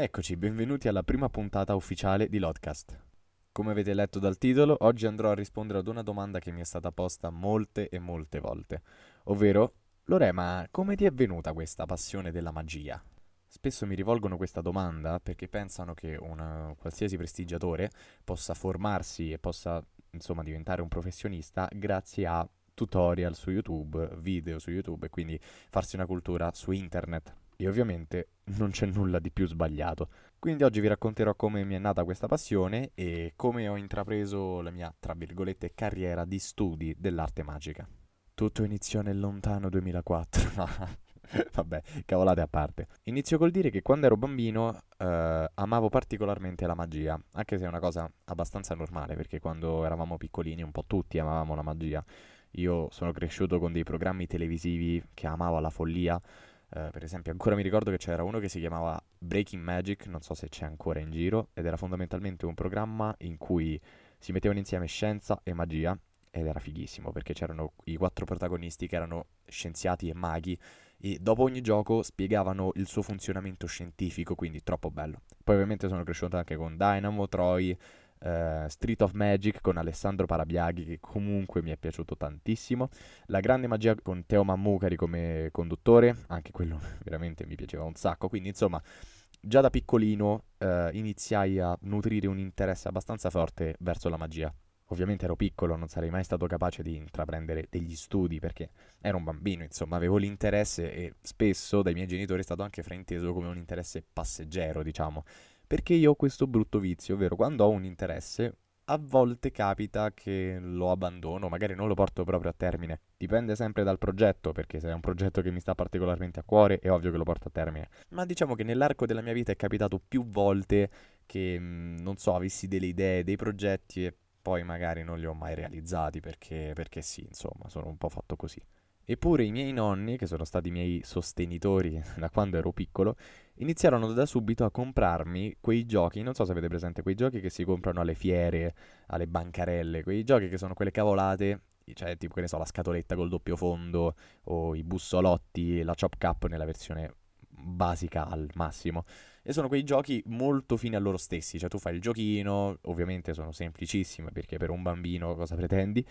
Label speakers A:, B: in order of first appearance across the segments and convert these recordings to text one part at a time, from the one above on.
A: Eccoci, benvenuti alla prima puntata ufficiale di Lodcast. Come avete letto dal titolo, oggi andrò a rispondere ad una domanda che mi è stata posta molte e molte volte, ovvero, Lore, ma come ti è venuta questa passione della magia? Spesso mi rivolgono questa domanda perché pensano che un qualsiasi prestigiatore possa formarsi e possa, insomma, diventare un professionista grazie a tutorial su YouTube, video su YouTube e quindi farsi una cultura su internet. E ovviamente non c'è nulla di più sbagliato. Quindi oggi vi racconterò come mi è nata questa passione e come ho intrapreso la mia, tra virgolette, carriera di studi dell'arte magica. Tutto iniziò nel lontano 2004. No, vabbè, cavolate a parte. Inizio col dire che quando ero bambino amavo particolarmente la magia, anche se è una cosa abbastanza normale, perché quando eravamo piccolini un po' tutti amavamo la magia. Io sono cresciuto con dei programmi televisivi che amavo alla follia. Per esempio, ancora mi ricordo che c'era uno che si chiamava Breaking Magic, non so se c'è ancora in giro, ed era fondamentalmente un programma in cui si mettevano insieme scienza e magia, ed era fighissimo perché c'erano i quattro protagonisti che erano scienziati e maghi, e dopo ogni gioco spiegavano il suo funzionamento scientifico, quindi troppo bello. Poi ovviamente sono cresciuto anche con Dynamo, Troy, Street of Magic con Alessandro Parabiaghi, che comunque mi è piaciuto tantissimo. La grande magia con Teo Mammucari come conduttore, anche quello veramente mi piaceva un sacco. Quindi, insomma, già da piccolino iniziai a nutrire un interesse abbastanza forte verso la magia. Ovviamente ero piccolo, non sarei mai stato capace di intraprendere degli studi perché ero un bambino, insomma, avevo l'interesse e spesso dai miei genitori è stato anche frainteso come un interesse passeggero, diciamo. Perché io ho questo brutto vizio, ovvero quando ho un interesse, a volte capita che lo abbandono, magari non lo porto proprio a termine. Dipende sempre dal progetto, perché se è un progetto che mi sta particolarmente a cuore, è ovvio che lo porto a termine. Ma diciamo che nell'arco della mia vita è capitato più volte che, non so, avessi delle idee, dei progetti e poi magari non li ho mai realizzati perché sì, insomma, sono un po' fatto così. Eppure i miei nonni, che sono stati i miei sostenitori da quando ero piccolo, iniziarono da subito a comprarmi quei giochi, non so se avete presente quei giochi che si comprano alle fiere, alle bancarelle, quei giochi che sono quelle cavolate, cioè tipo che ne so, la scatoletta col doppio fondo o i bussolotti, la Chop Cup nella versione basica al massimo. E sono quei giochi molto fini a loro stessi, cioè tu fai il giochino, ovviamente sono semplicissime perché per un bambino cosa pretendi?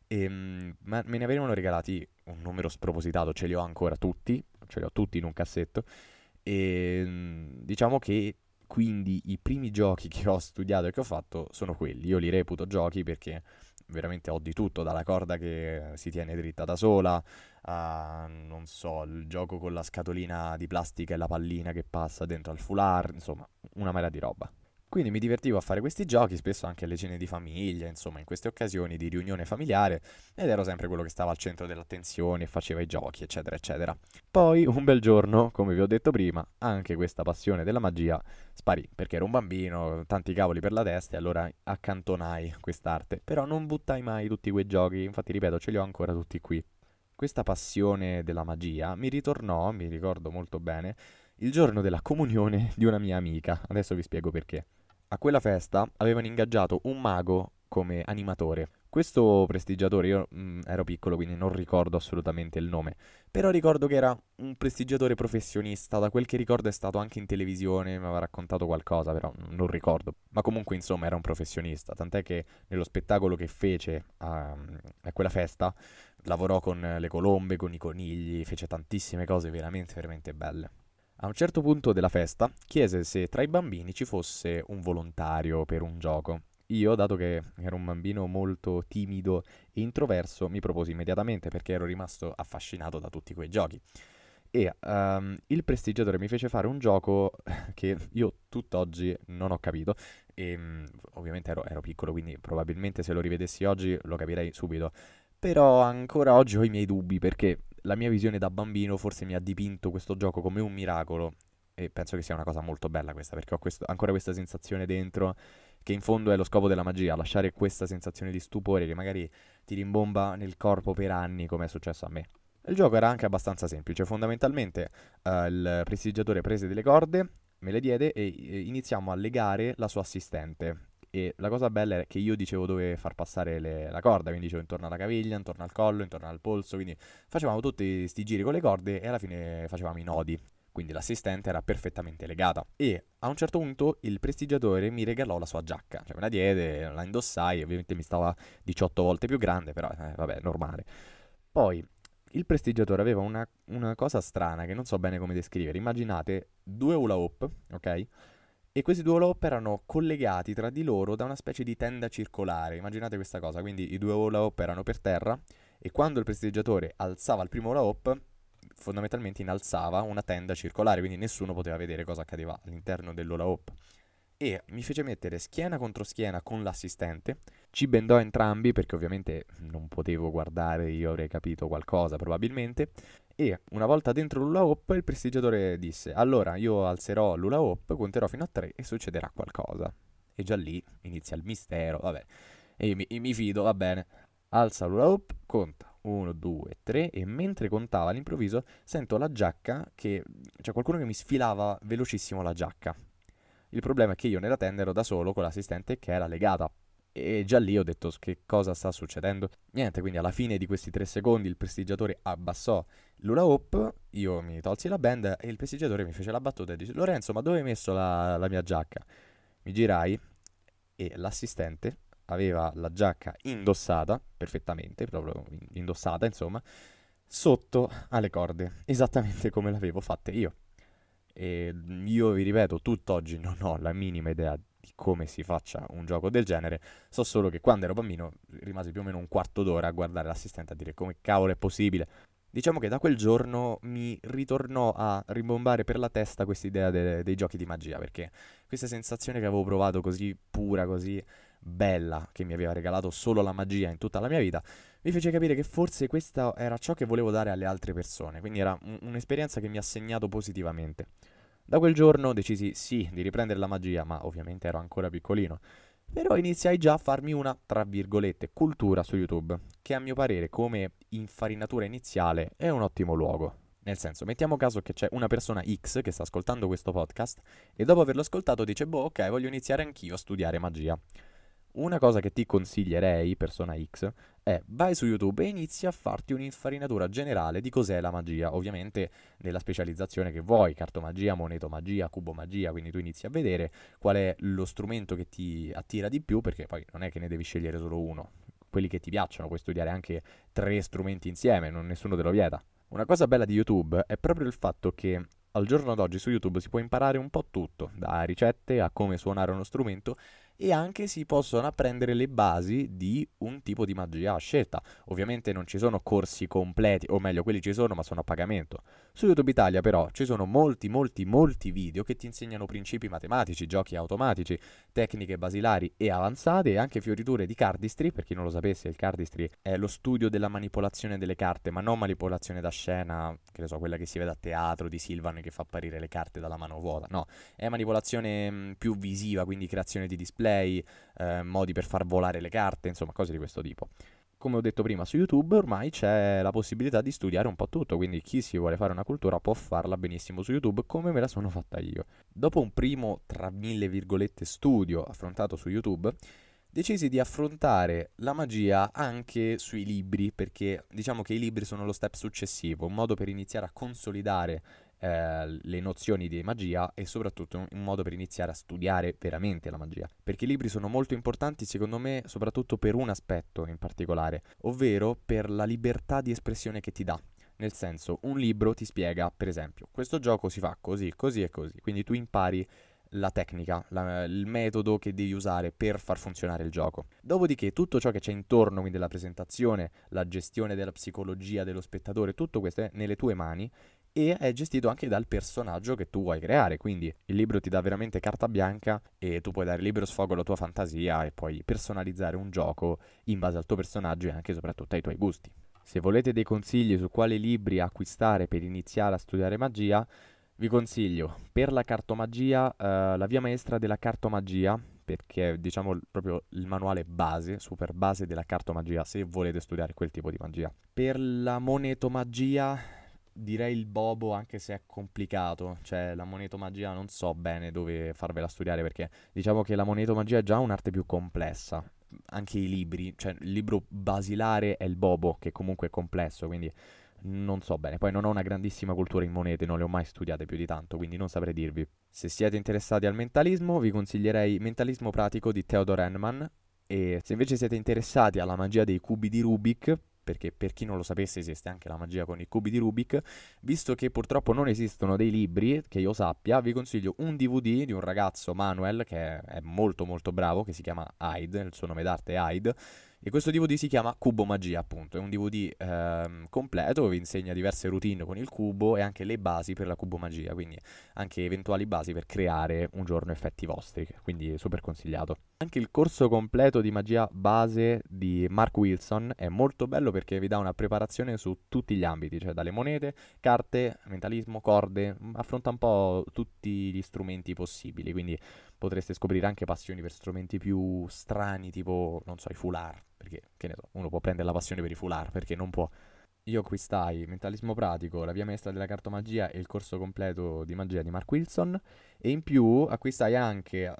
A: Ma me ne avevano regalati un numero spropositato, ce li ho ancora tutti, ce li ho tutti in un cassetto. Diciamo che quindi i primi giochi che ho studiato e che ho fatto sono quelli. Io li reputo giochi perché veramente ho di tutto, dalla corda che si tiene dritta da sola, a, non so, il gioco con la scatolina di plastica e la pallina che passa dentro al foulard, insomma, una marea di roba. Quindi mi divertivo a fare questi giochi, spesso anche alle cene di famiglia, insomma, in queste occasioni di riunione familiare, ed ero sempre quello che stava al centro dell'attenzione e faceva i giochi, eccetera, eccetera. Poi, un bel giorno, come vi ho detto prima, anche questa passione della magia sparì, perché ero un bambino, tanti cavoli per la testa, e allora accantonai quest'arte. Però non buttai mai tutti quei giochi, infatti, ripeto, ce li ho ancora tutti qui. Questa passione della magia mi ritornò, mi ricordo molto bene, il giorno della comunione di una mia amica. Adesso vi spiego perché. A quella festa avevano ingaggiato un mago come animatore. Questo prestigiatore, io ero piccolo quindi non ricordo assolutamente il nome, però ricordo che era un prestigiatore professionista, da quel che ricordo è stato anche in televisione, mi aveva raccontato qualcosa, però non ricordo. Ma comunque insomma era un professionista, tant'è che nello spettacolo che fece a quella festa lavorò con le colombe, con i conigli, fece tantissime cose veramente, veramente belle. A un certo punto della festa chiese se tra i bambini ci fosse un volontario per un gioco. Io, dato che ero un bambino molto timido e introverso, mi proposi immediatamente perché ero rimasto affascinato da tutti quei giochi. E il prestigiatore mi fece fare un gioco che io tutt'oggi non ho capito. E ovviamente ero piccolo, quindi probabilmente se lo rivedessi oggi lo capirei subito. Però ancora oggi ho i miei dubbi perché la mia visione da bambino forse mi ha dipinto questo gioco come un miracolo e penso che sia una cosa molto bella questa perché ho ancora questa sensazione dentro che in fondo è lo scopo della magia, lasciare questa sensazione di stupore che magari ti rimbomba nel corpo per anni come è successo a me. Il gioco era anche abbastanza semplice, fondamentalmente il prestigiatore prese delle corde, me le diede e iniziamo a legare la sua assistente. E la cosa bella è che io dicevo dove far passare la corda, quindi dicevo intorno alla caviglia, intorno al collo, intorno al polso, quindi facevamo tutti sti giri con le corde e alla fine facevamo i nodi. quindi l'assistente era perfettamente legata. E a un certo punto il prestigiatore mi regalò la sua giacca, cioè me la diede, la indossai, ovviamente mi stava 18 volte più grande, però vabbè, normale. Poi il prestigiatore aveva una cosa strana che non so bene come descrivere. Immaginate due hula hoop, ok? E questi due hula hoop erano collegati tra di loro da una specie di tenda circolare. Immaginate questa cosa, quindi i due hula hoop erano per terra e quando il prestigiatore alzava il primo hula hoop, fondamentalmente innalzava una tenda circolare, quindi nessuno poteva vedere cosa accadeva all'interno dell'hula hoop. E mi fece mettere schiena contro schiena con l'assistente, ci bendò entrambi perché ovviamente non potevo guardare, io avrei capito qualcosa probabilmente, e una volta dentro l'hula hoop il prestigiatore disse: allora io alzerò l'hula hoop, conterò fino a 3 e succederà qualcosa. E già lì inizia il mistero, vabbè. E io mi fido, va bene. Alza l'hula hoop, conta 1, 2, 3 e mentre contava all'improvviso sento la giacca che... c'è qualcuno che mi sfilava velocissimo la giacca. Il problema è che io nella tenda ero da solo con l'assistente che era legata. E già lì ho detto che cosa sta succedendo. Niente, quindi alla fine di questi 3 secondi il prestigiatore abbassò l'hula hoop, io mi tolsi la band e il prestigiatore mi fece la battuta e dice: Lorenzo, ma dove hai messo la mia giacca? Mi girai e l'assistente aveva la giacca indossata, perfettamente, proprio indossata insomma, sotto alle corde, esattamente come l'avevo fatta io. E io vi ripeto, tutt'oggi non ho la minima idea di come si faccia un gioco del genere. So solo che quando ero bambino rimasi più o meno un quarto d'ora a guardare l'assistente a dire come cavolo è possibile. Diciamo che da quel giorno mi ritornò a rimbombare per la testa quest'idea dei giochi di magia, perché questa sensazione che avevo provato così pura, così bella, che mi aveva regalato solo la magia in tutta la mia vita, mi fece capire che forse questo era ciò che volevo dare alle altre persone, quindi era un'esperienza che mi ha segnato positivamente. Da quel giorno decisi sì di riprendere la magia, ma ovviamente ero ancora piccolino. Però iniziai già a farmi una, tra virgolette, cultura su YouTube, che a mio parere come infarinatura iniziale è un ottimo luogo. Nel senso, mettiamo caso che c'è una persona X che sta ascoltando questo podcast e dopo averlo ascoltato dice, boh, ok, voglio iniziare anch'io a studiare magia. Una cosa che ti consiglierei, persona X, è vai su YouTube e inizi a farti un'infarinatura generale di cos'è la magia, ovviamente nella specializzazione che vuoi, cartomagia, monetomagia, cubomagia, quindi tu inizi a vedere qual è lo strumento che ti attira di più, perché poi non è che ne devi scegliere solo uno, quelli che ti piacciono, puoi studiare anche 3 strumenti insieme, nessuno te lo vieta. Una cosa bella di YouTube è proprio il fatto che al giorno d'oggi su YouTube si può imparare un po' tutto, da ricette a come suonare uno strumento e anche si possono apprendere le basi di un tipo di magia a scelta. Ovviamente non ci sono corsi completi, o meglio, quelli ci sono, ma sono a pagamento. Su YouTube Italia però ci sono molti video che ti insegnano principi matematici, giochi automatici, tecniche basilari e avanzate e anche fioriture di cardistry. Per chi non lo sapesse, il cardistry è lo studio della manipolazione delle carte, ma non manipolazione da scena, che ne so, quella che si vede a teatro di Silvan che fa apparire le carte dalla mano vuota. No, è manipolazione più visiva, quindi creazione di display, modi per far volare le carte, insomma, cose di questo tipo. Come ho detto prima, su YouTube ormai c'è la possibilità di studiare un po' tutto, quindi chi si vuole fare una cultura può farla benissimo su YouTube come me la sono fatta io. Dopo un primo, tra mille virgolette, studio affrontato su YouTube, decisi di affrontare la magia anche sui libri, perché diciamo che i libri sono lo step successivo, un modo per iniziare a consolidare le nozioni di magia e soprattutto un modo per iniziare a studiare veramente la magia. Perché i libri sono molto importanti secondo me soprattutto per un aspetto in particolare, ovvero per la libertà di espressione che ti dà. Nel senso, un libro ti spiega, per esempio, questo gioco si fa così, così e così, quindi tu impari la tecnica, il metodo che devi usare per far funzionare il gioco. Dopodiché tutto ciò che c'è intorno, quindi la presentazione, la gestione della psicologia dello spettatore, tutto questo è nelle tue mani e è gestito anche dal personaggio che tu vuoi creare, quindi il libro ti dà veramente carta bianca e tu puoi dare libero sfogo alla tua fantasia e puoi personalizzare un gioco in base al tuo personaggio e anche e soprattutto ai tuoi gusti. Se volete dei consigli su quali libri acquistare per iniziare a studiare magia, vi consiglio per la cartomagia la via maestra della cartomagia, perché è diciamo proprio il manuale base, super base della cartomagia se volete studiare quel tipo di magia. Per la monetomagia direi il Bobo anche se è complicato, cioè la monetomagia non so bene dove farvela studiare perché diciamo che la monetomagia è già un'arte più complessa. Anche i libri, cioè il libro basilare è il Bobo che comunque è complesso, quindi Non so bene, poi non ho una grandissima cultura in monete, non le ho mai studiate più di tanto, quindi non saprei dirvi. Se siete interessati al mentalismo, vi consiglierei Mentalismo pratico di Theodor Henneman, e se invece siete interessati alla magia dei cubi di Rubik, perché per chi non lo sapesse esiste anche la magia con i cubi di Rubik, visto che purtroppo non esistono dei libri, che io sappia, vi consiglio un DVD di un ragazzo, Manuel, che è molto molto bravo, che si chiama Hyde, il suo nome d'arte è Hyde, e questo DVD si chiama Cubo Magia, appunto. È un DVD completo, vi insegna diverse routine con il cubo e anche le basi per la Cubo Magia, quindi anche eventuali basi per creare un giorno effetti vostri, quindi super consigliato. Anche il corso completo di magia base di Mark Wilson è molto bello perché vi dà una preparazione su tutti gli ambiti, cioè dalle monete, carte, mentalismo, corde, affronta un po' tutti gli strumenti possibili, quindi potreste scoprire anche passioni per strumenti più strani, tipo, non so, i foulard, perché, che ne so, uno può prendere la passione per i foulard, perché non può. Io acquistai Mentalismo Pratico, la via maestra della cartomagia e il corso completo di magia di Mark Wilson, e in più acquistai anche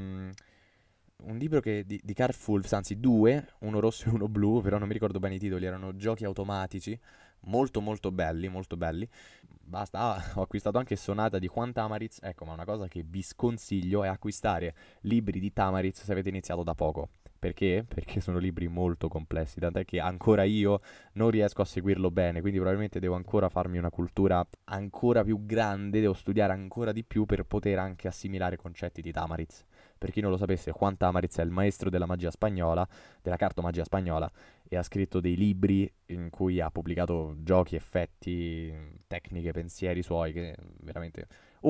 A: un libro di Carfulf, anzi due, uno rosso e uno blu, però non mi ricordo bene i titoli, erano giochi automatici, molto molto belli, molto belli. Basta, ho acquistato anche Sonata di Juan Tamariz, ecco, ma una cosa che vi sconsiglio è acquistare libri di Tamariz se avete iniziato da poco. Perché? Perché sono libri molto complessi, tant'è che ancora io non riesco a seguirlo bene, quindi probabilmente devo ancora farmi una cultura ancora più grande, devo studiare ancora di più per poter anche assimilare concetti di Tamariz. Per chi non lo sapesse, Juan Tamariz è il maestro della magia spagnola, della cartomagia spagnola, e ha scritto dei libri in cui ha pubblicato giochi, effetti, tecniche, pensieri suoi, che veramente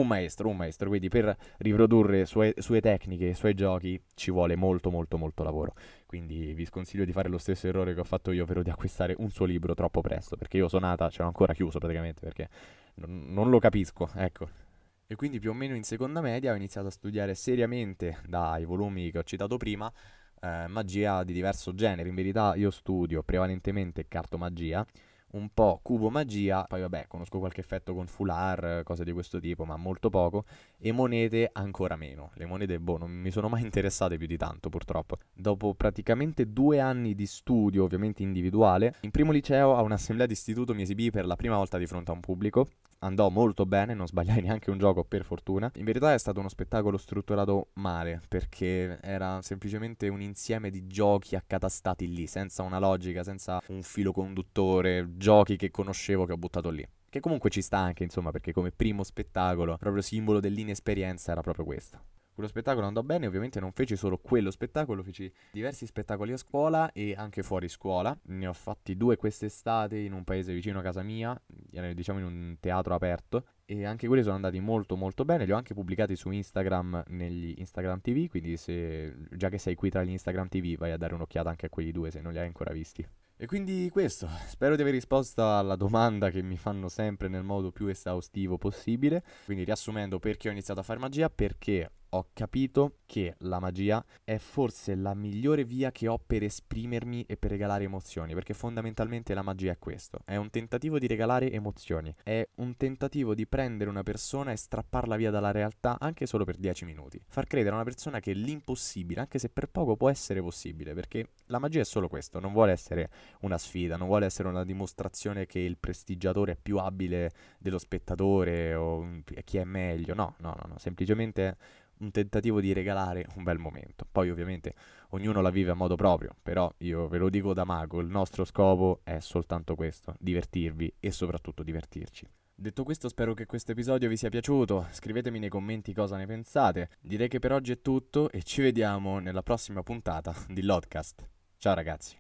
A: un maestro, quindi per riprodurre sue tecniche, i suoi giochi ci vuole molto molto molto lavoro. Quindi vi sconsiglio di fare lo stesso errore che ho fatto io, ovvero di acquistare un suo libro troppo presto, perché io Sonata ce l'ho ancora chiuso praticamente, perché non lo capisco, ecco. E quindi più o meno in seconda media ho iniziato a studiare seriamente dai volumi che ho citato prima, magia di diverso genere. In verità io studio prevalentemente cartomagia, un po' cubomagia, poi vabbè conosco qualche effetto con foulard, cose di questo tipo, ma molto poco, e monete ancora meno. Le monete, boh, non mi sono mai interessate più di tanto purtroppo. Dopo praticamente 2 anni di studio, ovviamente individuale, in primo liceo a un'assemblea d'istituto mi esibii per la prima volta di fronte a un pubblico. Andò molto bene, non sbagliai neanche un gioco per fortuna. In verità è stato uno spettacolo strutturato male, perché era semplicemente un insieme di giochi accatastati lì, senza una logica, senza un filo conduttore, giochi che conoscevo che ho buttato lì. Che comunque ci sta anche, insomma, perché come primo spettacolo, proprio simbolo dell'inesperienza era proprio questo. Quello spettacolo andò bene, ovviamente non feci solo quello spettacolo, feci diversi spettacoli a scuola e anche fuori scuola. Ne ho fatti 2 quest'estate in un paese vicino a casa mia, diciamo in un teatro aperto, e anche quelli sono andati molto molto bene. Li ho anche pubblicati su Instagram negli Instagram TV, quindi se già che sei qui tra gli Instagram TV vai a dare un'occhiata anche a quelli 2 se non li hai ancora visti. E quindi questo, spero di aver risposto alla domanda che mi fanno sempre nel modo più esaustivo possibile. Quindi riassumendo, perché ho iniziato a fare magia? Perché ho capito che la magia è forse la migliore via che ho per esprimermi e per regalare emozioni, perché fondamentalmente la magia è questo, è un tentativo di regalare emozioni, è un tentativo di prendere una persona e strapparla via dalla realtà anche solo per 10 minuti, far credere a una persona che l'impossibile, anche se per poco, può essere possibile, perché la magia è solo questo, non vuole essere una sfida, non vuole essere una dimostrazione che il prestigiatore è più abile dello spettatore o chi è meglio, no, no, no, no, semplicemente un tentativo di regalare un bel momento. Poi ovviamente ognuno la vive a modo proprio, però io ve lo dico da mago, il nostro scopo è soltanto questo, divertirvi e soprattutto divertirci. Detto questo, spero che questo episodio vi sia piaciuto, scrivetemi nei commenti cosa ne pensate. Direi che per oggi è tutto e ci vediamo nella prossima puntata di Lodcast. Ciao ragazzi.